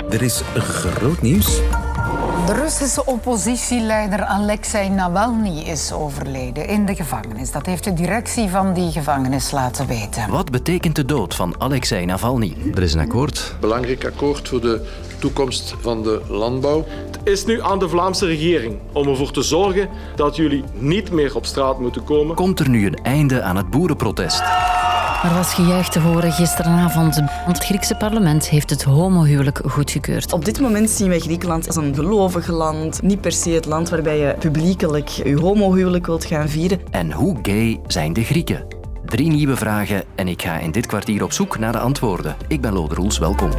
Er is groot nieuws. De Russische oppositieleider Alexei Navalny is overleden in de gevangenis. Dat heeft de directie van die gevangenis laten weten. Wat betekent de dood van Alexei Navalny? Er is een akkoord. Belangrijk akkoord voor de toekomst van de landbouw. Het is nu aan de Vlaamse regering om ervoor te zorgen dat jullie niet meer op straat moeten komen. Komt er nu een einde aan het boerenprotest? Er was gejuich te horen gisteravond, want het Griekse parlement heeft het homohuwelijk goedgekeurd. Op dit moment zien wij Griekenland als een gelovig land, niet per se het land waarbij je publiekelijk je homohuwelijk wilt gaan vieren. En hoe gay zijn de Grieken? 3 nieuwe vragen en ik ga in dit kwartier op zoek naar de antwoorden. Ik ben Lode Roels, welkom.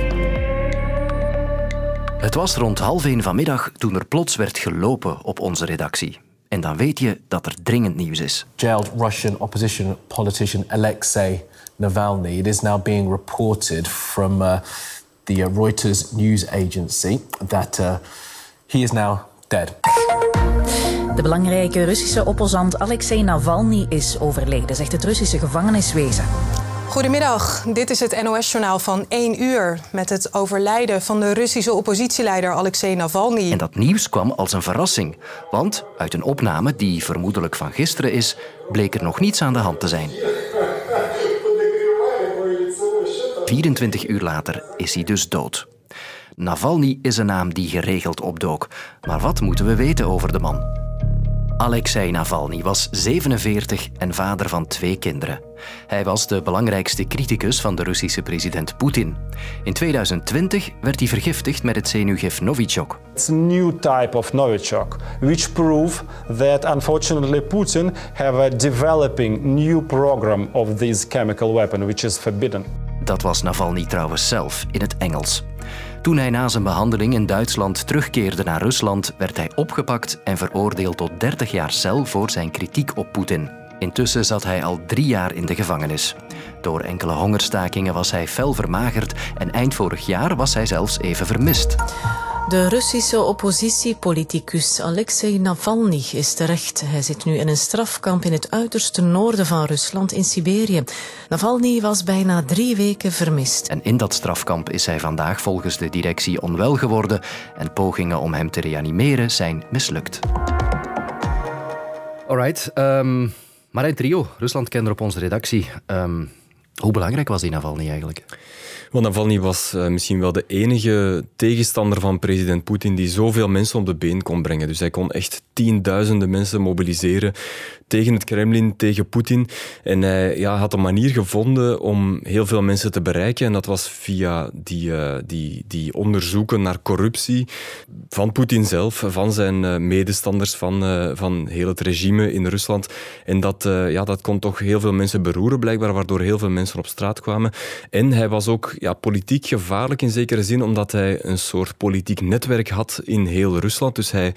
Het was rond 12:30 vanmiddag toen er plots werd gelopen op onze redactie. En dan weet je dat er dringend nieuws is. Jailed Russian opposition politician Alexei Navalny. It is now being reported from the Reuters news agency that he is now dead. De belangrijke Russische opposant Alexei Navalny is overleden, zegt het Russische gevangeniswezen. Goedemiddag, dit is het NOS-journaal van 1 uur... met het overlijden van de Russische oppositieleider Alexei Navalny. En dat nieuws kwam als een verrassing. Want uit een opname, die vermoedelijk van gisteren is, bleek er nog niets aan de hand te zijn. 24 uur later is hij dus dood. Navalny is een naam die geregeld opdook. Maar wat moeten we weten over de man? Alexei Navalny was 47 en vader van 2 kinderen. Hij was de belangrijkste criticus van de Russische president Poetin. In 2020 werd hij vergiftigd met het zenuwgif Novichok. It's a new type of Novichok, which prove that unfortunately Putin have a developing new program of this chemical weapon, which is forbidden. Dat was Navalny trouwens zelf in het Engels. Toen hij na zijn behandeling in Duitsland terugkeerde naar Rusland, werd hij opgepakt en veroordeeld tot 30 jaar cel voor zijn kritiek op Poetin. Intussen zat hij al 3 jaar in de gevangenis. Door enkele hongerstakingen was hij fel vermagerd en eind vorig jaar was hij zelfs even vermist. De Russische oppositiepoliticus Alexei Navalny is terecht. Hij zit nu in een strafkamp in het uiterste noorden van Rusland, in Siberië. Navalny was bijna 3 weken vermist. En in dat strafkamp is hij vandaag volgens de directie onwel geworden en pogingen om hem te reanimeren zijn mislukt. Alright, Marijn Trio, Ruslandkenner op onze redactie. Hoe belangrijk was die Navalny eigenlijk? Want Navalny was misschien wel de enige tegenstander van president Poetin die zoveel mensen op de been kon brengen. Dus hij kon echt 10.000 mensen mobiliseren tegen het Kremlin, tegen Poetin. En hij had een manier gevonden om heel veel mensen te bereiken. En dat was via die onderzoeken naar corruptie van Poetin zelf, van zijn medestanders, van heel het regime in Rusland. En dat kon toch heel veel mensen beroeren, blijkbaar, waardoor heel veel mensen op straat kwamen. En hij was ook politiek gevaarlijk in zekere zin, omdat hij een soort politiek netwerk had in heel Rusland. Dus hij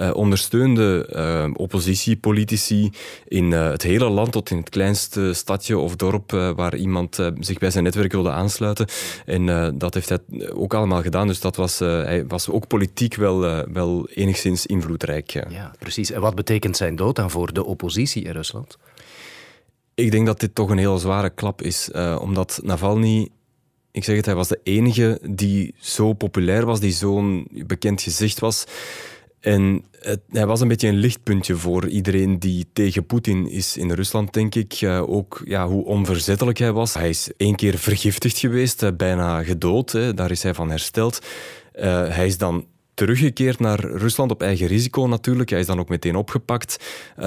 ondersteunde oppositiepolitici in het hele land, tot in het kleinste stadje of dorp waar iemand zich bij zijn netwerk wilde aansluiten. En dat heeft hij ook allemaal gedaan. Dus hij was ook politiek wel enigszins invloedrijk. Ja, precies. En wat betekent zijn dood dan voor de oppositie in Rusland? Ik denk dat dit toch een heel zware klap is, omdat Navalny... Ik zeg het, hij was de enige die zo populair was, die zo'n bekend gezicht was. En hij was een beetje een lichtpuntje voor iedereen die tegen Poetin is in Rusland, denk ik. Ook hoe onverzettelijk hij was. Hij is 1 keer vergiftigd geweest, bijna gedood. Daar is hij van hersteld. Hij is dan teruggekeerd naar Rusland op eigen risico natuurlijk. Hij is dan ook meteen opgepakt.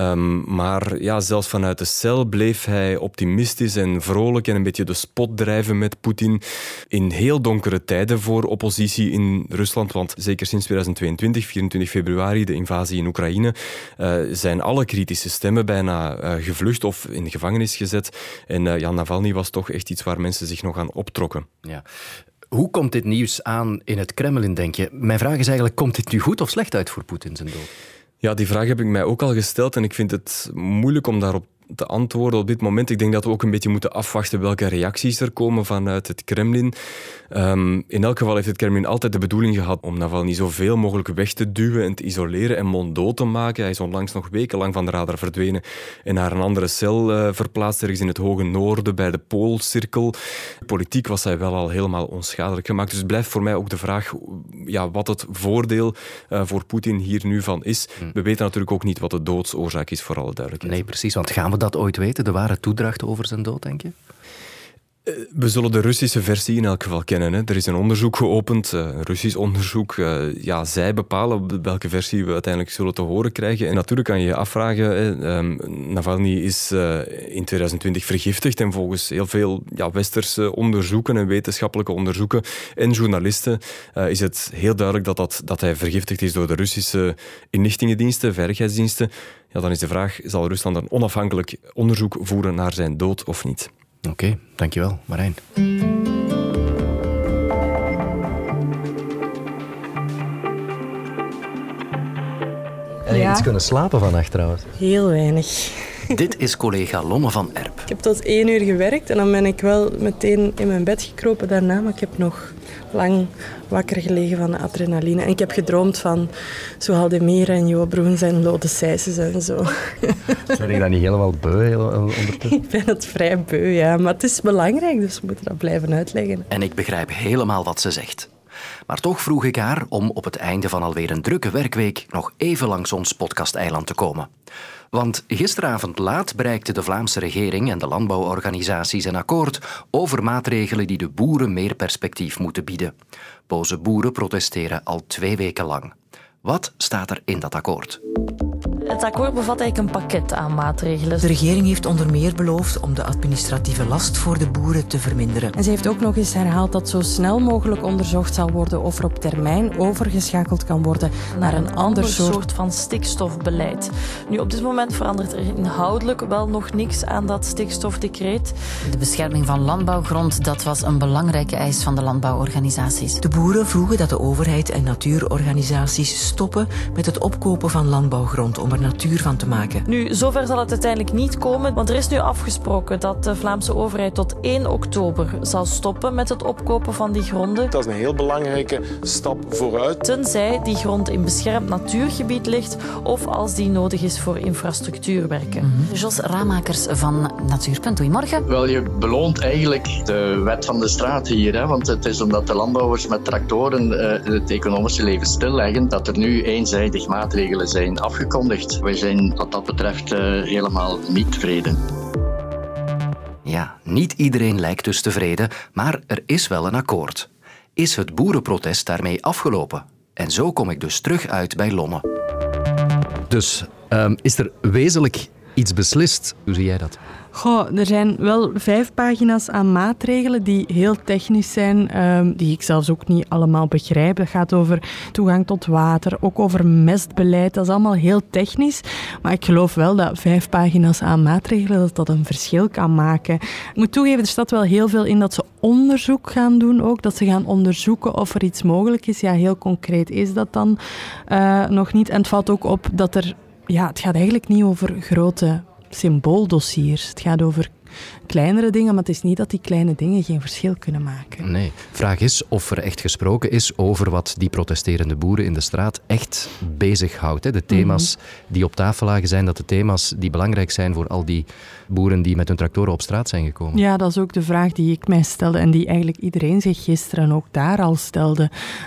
Maar zelfs vanuit de cel bleef hij optimistisch en vrolijk en een beetje de spot drijven met Poetin. In heel donkere tijden voor oppositie in Rusland, want zeker sinds 2022, 24 februari, de invasie in Oekraïne, zijn alle kritische stemmen bijna gevlucht of in de gevangenis gezet. En Navalny was toch echt iets waar mensen zich nog aan optrokken. Ja. Hoe komt dit nieuws aan in het Kremlin, denk je? Mijn vraag is eigenlijk, komt dit nu goed of slecht uit voor Poetin zijn dood? Ja, die vraag heb ik mij ook al gesteld en ik vind het moeilijk om daarop te antwoorden op dit moment. Ik denk dat we ook een beetje moeten afwachten welke reacties er komen vanuit het Kremlin. In elk geval heeft het Kremlin altijd de bedoeling gehad om Navalny zoveel mogelijk weg te duwen en te isoleren en monddood te maken. Hij is onlangs nog wekenlang van de radar verdwenen en naar een andere cel verplaatst, ergens in het hoge noorden bij de Poolcirkel. Politiek was hij wel al helemaal onschadelijk gemaakt. Dus het blijft voor mij ook de vraag wat het voordeel voor Poetin hier nu van is. We weten natuurlijk ook niet wat de doodsoorzaak is, voor alle duidelijkheid. Nee, precies. Want gaan we dat ooit weten? De ware toedracht over zijn dood, denk je? We zullen de Russische versie in elk geval kennen. Hè. Er is een onderzoek geopend, een Russisch onderzoek. Zij bepalen welke versie we uiteindelijk zullen te horen krijgen. En natuurlijk kan je je afvragen, Navalny is in 2020 vergiftigd en volgens heel veel westerse onderzoeken en wetenschappelijke onderzoeken en journalisten is het heel duidelijk dat hij vergiftigd is door de Russische inlichtingendiensten, veiligheidsdiensten. Ja, dan is de vraag, zal Rusland een onafhankelijk onderzoek voeren naar zijn dood of niet? Oké, dankjewel, Marijn. Heb je iets kunnen slapen vannacht trouwens? Heel weinig. Dit is collega Lonne van Erp. Ik heb tot 1 uur gewerkt en dan ben ik wel meteen in mijn bed gekropen daarna, maar ik heb nog lang wakker gelegen van de adrenaline. En ik heb gedroomd van Zuhal de Meer en Jo Broens en Lode Sijsens en zo. Ben je dan niet helemaal beu ondertussen? Ik ben het vrij beu, ja. Maar het is belangrijk, dus we moeten dat blijven uitleggen. En ik begrijp helemaal wat ze zegt. Maar toch vroeg ik haar om op het einde van alweer een drukke werkweek nog even langs ons podcasteiland te komen. Want gisteravond laat bereikten de Vlaamse regering en de landbouworganisaties een akkoord over maatregelen die de boeren meer perspectief moeten bieden. Boze boeren protesteren al 2 weken lang. Wat staat er in dat akkoord? Het akkoord bevat eigenlijk een pakket aan maatregelen. De regering heeft onder meer beloofd om de administratieve last voor de boeren te verminderen. En ze heeft ook nog eens herhaald dat zo snel mogelijk onderzocht zal worden of er op termijn overgeschakeld kan worden naar een ander soort van stikstofbeleid. Nu, op dit moment verandert er inhoudelijk wel nog niks aan dat stikstofdecreet. De bescherming van landbouwgrond, dat was een belangrijke eis van de landbouworganisaties. De boeren vroegen dat de overheid en natuurorganisaties stoppen met het opkopen van landbouwgrond om er natuur van te maken. Nu, zover zal het uiteindelijk niet komen, want er is nu afgesproken dat de Vlaamse overheid tot 1 oktober zal stoppen met het opkopen van die gronden. Dat is een heel belangrijke stap vooruit. Tenzij die grond in beschermd natuurgebied ligt of als die nodig is voor infrastructuurwerken. Jos Ramakers van Natuurpunt, goedemorgen. Wel, je beloont eigenlijk de wet van de straat hier, hè? Want het is omdat de landbouwers met tractoren het economische leven stilleggen, dat er nu eenzijdig maatregelen zijn afgekondigd. Wij zijn wat dat betreft helemaal niet tevreden. Ja, niet iedereen lijkt dus tevreden, maar er is wel een akkoord. Is het boerenprotest daarmee afgelopen? En zo kom ik dus terug uit bij Lonne. Dus is er wezenlijk iets beslist? Hoe zie jij dat? Goh, er zijn wel 5 pagina's aan maatregelen die heel technisch zijn, die ik zelfs ook niet allemaal begrijp. Dat gaat over toegang tot water, ook over mestbeleid. Dat is allemaal heel technisch. Maar ik geloof wel dat 5 pagina's aan maatregelen dat een verschil kan maken. Ik moet toegeven, er staat wel heel veel in dat ze onderzoek gaan doen ook. Dat ze gaan onderzoeken of er iets mogelijk is. Ja, heel concreet is dat dan nog niet. En het valt ook op dat er... Ja, het gaat eigenlijk niet over grote symbooldossiers. Het gaat over kleinere dingen, maar het is niet dat die kleine dingen geen verschil kunnen maken. Nee. Vraag is of er echt gesproken is over wat die protesterende boeren in de straat echt bezighoudt. De thema's die op tafel lagen, zijn dat de thema's die belangrijk zijn voor al die boeren die met hun tractoren op straat zijn gekomen? Ja, dat is ook de vraag die ik mij stelde en die eigenlijk iedereen zich gisteren ook daar al stelde.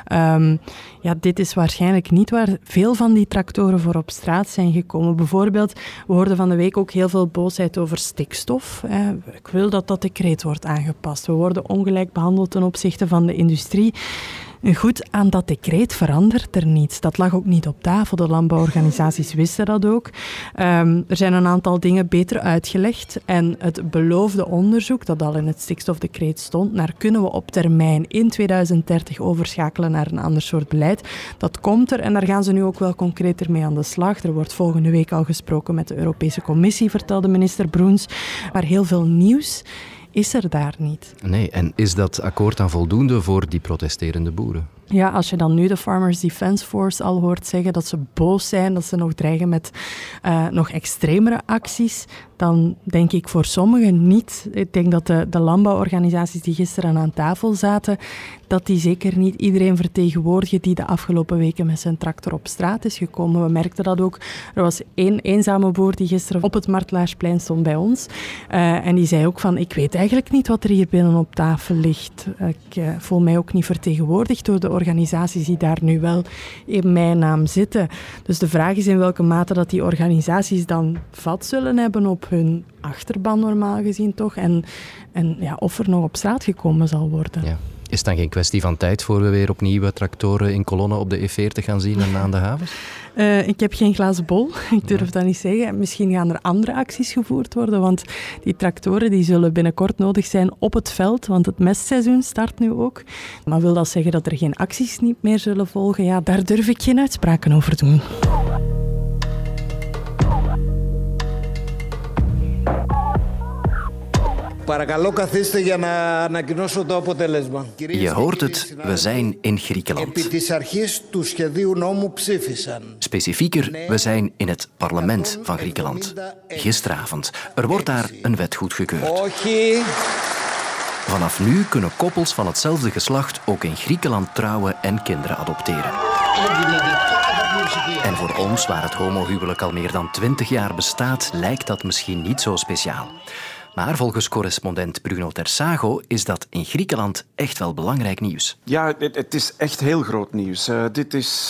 Dit is waarschijnlijk niet waar veel van die tractoren voor op straat zijn gekomen. Bijvoorbeeld, we hoorden van de week ook heel veel boosheid over stikstof. Ik wil dat dat decreet wordt aangepast. We worden ongelijk behandeld ten opzichte van de industrie. Goed, aan dat decreet verandert er niets. Dat lag ook niet op tafel. De landbouworganisaties wisten dat ook. Er zijn een aantal dingen beter uitgelegd. En het beloofde onderzoek, dat al in het stikstofdecreet stond, naar kunnen we op termijn in 2030 overschakelen naar een ander soort beleid, dat komt er en daar gaan ze nu ook wel concreter mee aan de slag. Er wordt volgende week al gesproken met de Europese Commissie, vertelde minister Broens. Maar heel veel nieuws is er daar niet. Nee, en is dat akkoord dan voldoende voor die protesterende boeren? Ja, als je dan nu de Farmers Defence Force al hoort zeggen dat ze boos zijn, dat ze nog dreigen met nog extremere acties, dan denk ik voor sommigen niet. Ik denk dat de landbouworganisaties die gisteren aan tafel zaten, dat die zeker niet iedereen vertegenwoordigen die de afgelopen weken met zijn tractor op straat is gekomen. We merkten dat ook. Er was één eenzame boer die gisteren op het Martelaarsplein stond bij ons. En die zei ook van, ik weet eigenlijk niet wat er hier binnen op tafel ligt. Ik voel mij ook niet vertegenwoordigd door de organisaties die daar nu wel in mijn naam zitten. Dus de vraag is in welke mate dat die organisaties dan vat zullen hebben op hun achterban normaal gezien toch. En ja, of er nog op straat gekomen zal worden. Ja. Is het dan geen kwestie van tijd voor we weer opnieuw tractoren in kolonnen op de E40 gaan zien en aan de havens? Ik heb geen glazen bol, ik durf dat niet zeggen. Misschien gaan er andere acties gevoerd worden, want die tractoren die zullen binnenkort nodig zijn op het veld, want het mestseizoen start nu ook. Maar wil dat zeggen dat er geen acties niet meer zullen volgen? Ja, daar durf ik geen uitspraken over doen. Je hoort het, we zijn in Griekenland. Specifieker, we zijn in het parlement van Griekenland. Gisteravond. Er wordt daar een wet goedgekeurd. Vanaf nu kunnen koppels van hetzelfde geslacht ook in Griekenland trouwen en kinderen adopteren. En voor ons, waar het homohuwelijk al meer dan 20 jaar bestaat, lijkt dat misschien niet zo speciaal. Maar volgens correspondent Bruno Tersago is dat in Griekenland echt wel belangrijk nieuws. Ja, het is echt heel groot nieuws. Dit is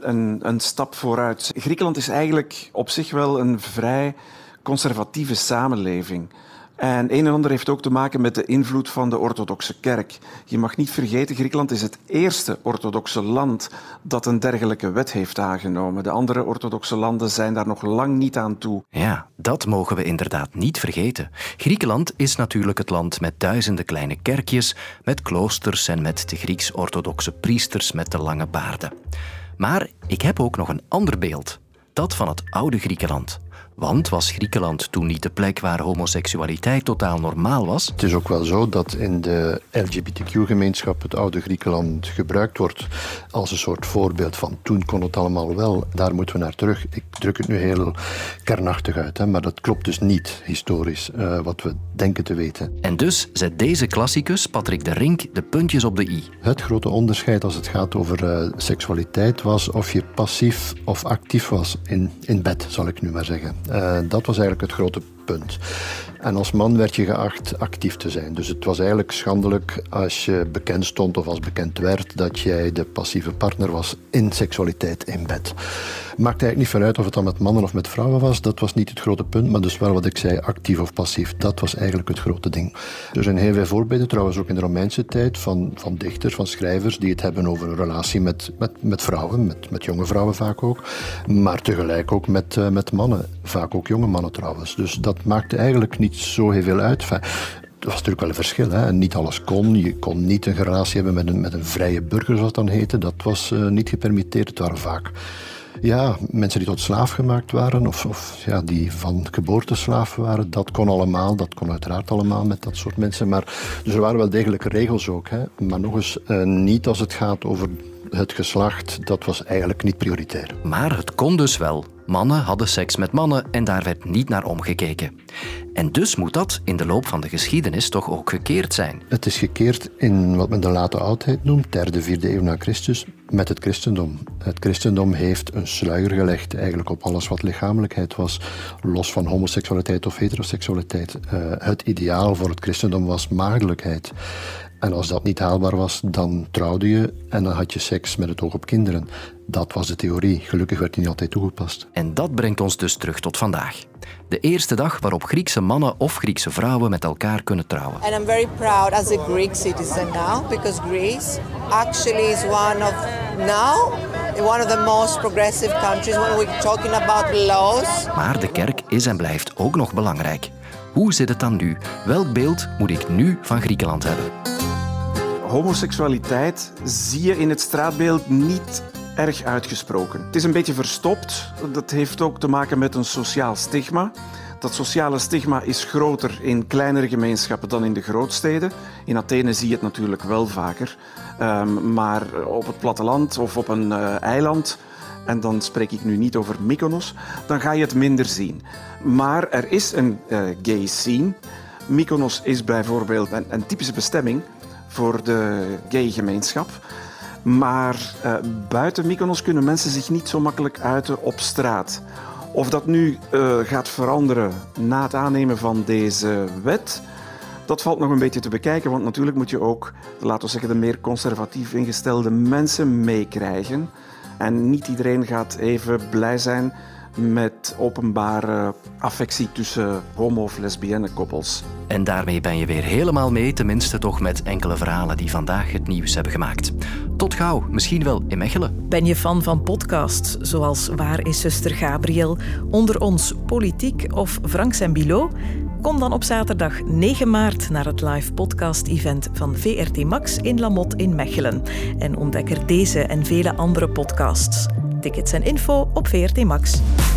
een stap vooruit. Griekenland is eigenlijk op zich wel een vrij conservatieve samenleving. En een en ander heeft ook te maken met de invloed van de orthodoxe kerk. Je mag niet vergeten, Griekenland is het eerste orthodoxe land dat een dergelijke wet heeft aangenomen. De andere orthodoxe landen zijn daar nog lang niet aan toe. Ja, dat mogen we inderdaad niet vergeten. Griekenland is natuurlijk het land met duizenden kleine kerkjes, met kloosters en met de Grieks-orthodoxe priesters met de lange baarden. Maar ik heb ook nog een ander beeld. Dat van het oude Griekenland. Want was Griekenland toen niet de plek waar homoseksualiteit totaal normaal was? Het is ook wel zo dat in de LGBTQ-gemeenschap het oude Griekenland gebruikt wordt als een soort voorbeeld van toen kon het allemaal wel. Daar moeten we naar terug. Ik druk het nu heel kernachtig uit, maar dat klopt dus niet historisch, wat we denken te weten. En dus zet deze klassicus, Patrick de Rink, de puntjes op de i. Het grote onderscheid als het gaat over seksualiteit was of je passief of actief was in bed, zal ik nu maar zeggen. Dat was eigenlijk het grote punt. En als man werd je geacht actief te zijn. Dus het was eigenlijk schandelijk als je bekend stond of als bekend werd dat jij de passieve partner was in seksualiteit in bed. Maakt eigenlijk niet vanuit of het dan met mannen of met vrouwen was. Dat was niet het grote punt, maar dus wel wat ik zei, actief of passief. Dat was eigenlijk het grote ding. Er zijn heel veel voorbeelden, trouwens ook in de Romeinse tijd, van dichters, van schrijvers die het hebben over een relatie met vrouwen, met jonge vrouwen vaak ook, maar tegelijk ook met mannen. Vaak ook jonge mannen trouwens. Dus dat maakte eigenlijk niet zo heel veel uit. Enfin, het was natuurlijk wel een verschil. Hè? Niet alles kon. Je kon niet een relatie hebben met een vrije burger, zoals dat dan heette. Dat was niet gepermitteerd. Het waren vaak mensen die tot slaaf gemaakt waren of die van geboorte slaaf waren. Dat kon allemaal. Dat kon uiteraard allemaal met dat soort mensen. Maar, dus er waren wel degelijke regels ook. Hè? Maar nog eens, niet als het gaat over het geslacht. Dat was eigenlijk niet prioritair. Maar het kon dus wel. Mannen hadden seks met mannen en daar werd niet naar omgekeken. En dus moet dat in de loop van de geschiedenis toch ook gekeerd zijn. Het is gekeerd in wat men de late oudheid noemt, 3e, 4e eeuw na Christus, met het christendom. Het christendom heeft een sluier gelegd eigenlijk op alles wat lichamelijkheid was, los van homoseksualiteit of heteroseksualiteit. Het ideaal voor het christendom was maagdelijkheid. En als dat niet haalbaar was, dan trouwde je en dan had je seks met het oog op kinderen. Dat was de theorie. Gelukkig werd die niet altijd toegepast. En dat brengt ons dus terug tot vandaag. De eerste dag waarop Griekse mannen of Griekse vrouwen met elkaar kunnen trouwen. And I'm very proud as a Greek citizen now, because Greece actually is one of the most progressive countries when we're talking about laws. Maar de kerk is en blijft ook nog belangrijk. Hoe zit het dan nu? Welk beeld moet ik nu van Griekenland hebben? Homoseksualiteit zie je in het straatbeeld niet erg uitgesproken. Het is een beetje verstopt. Dat heeft ook te maken met een sociaal stigma. Dat sociale stigma is groter in kleinere gemeenschappen dan in de grootsteden. In Athene zie je het natuurlijk wel vaker. Maar op het platteland of op een eiland, en dan spreek ik nu niet over Mykonos, dan ga je het minder zien. Maar er is een gay scene. Mykonos is bijvoorbeeld een typische bestemming voor de gay gemeenschap. Maar buiten Mykonos kunnen mensen zich niet zo makkelijk uiten op straat. Of dat nu gaat veranderen na het aannemen van deze wet, dat valt nog een beetje te bekijken. Want natuurlijk moet je ook, laten we zeggen, de meer conservatief ingestelde mensen meekrijgen. En niet iedereen gaat even blij zijn met openbare affectie tussen homo- of lesbienne koppels. En daarmee ben je weer helemaal mee, tenminste toch met enkele verhalen die vandaag het nieuws hebben gemaakt. Tot gauw, misschien wel in Mechelen. Ben je fan van podcasts zoals Waar is zuster Gabriel, Onder ons Politiek of Franks en Bilo? Kom dan op zaterdag 9 maart naar het live podcast-event van VRT Max in Lamotte in Mechelen. En ontdek er deze en vele andere podcasts. Tickets en info op VRT Max.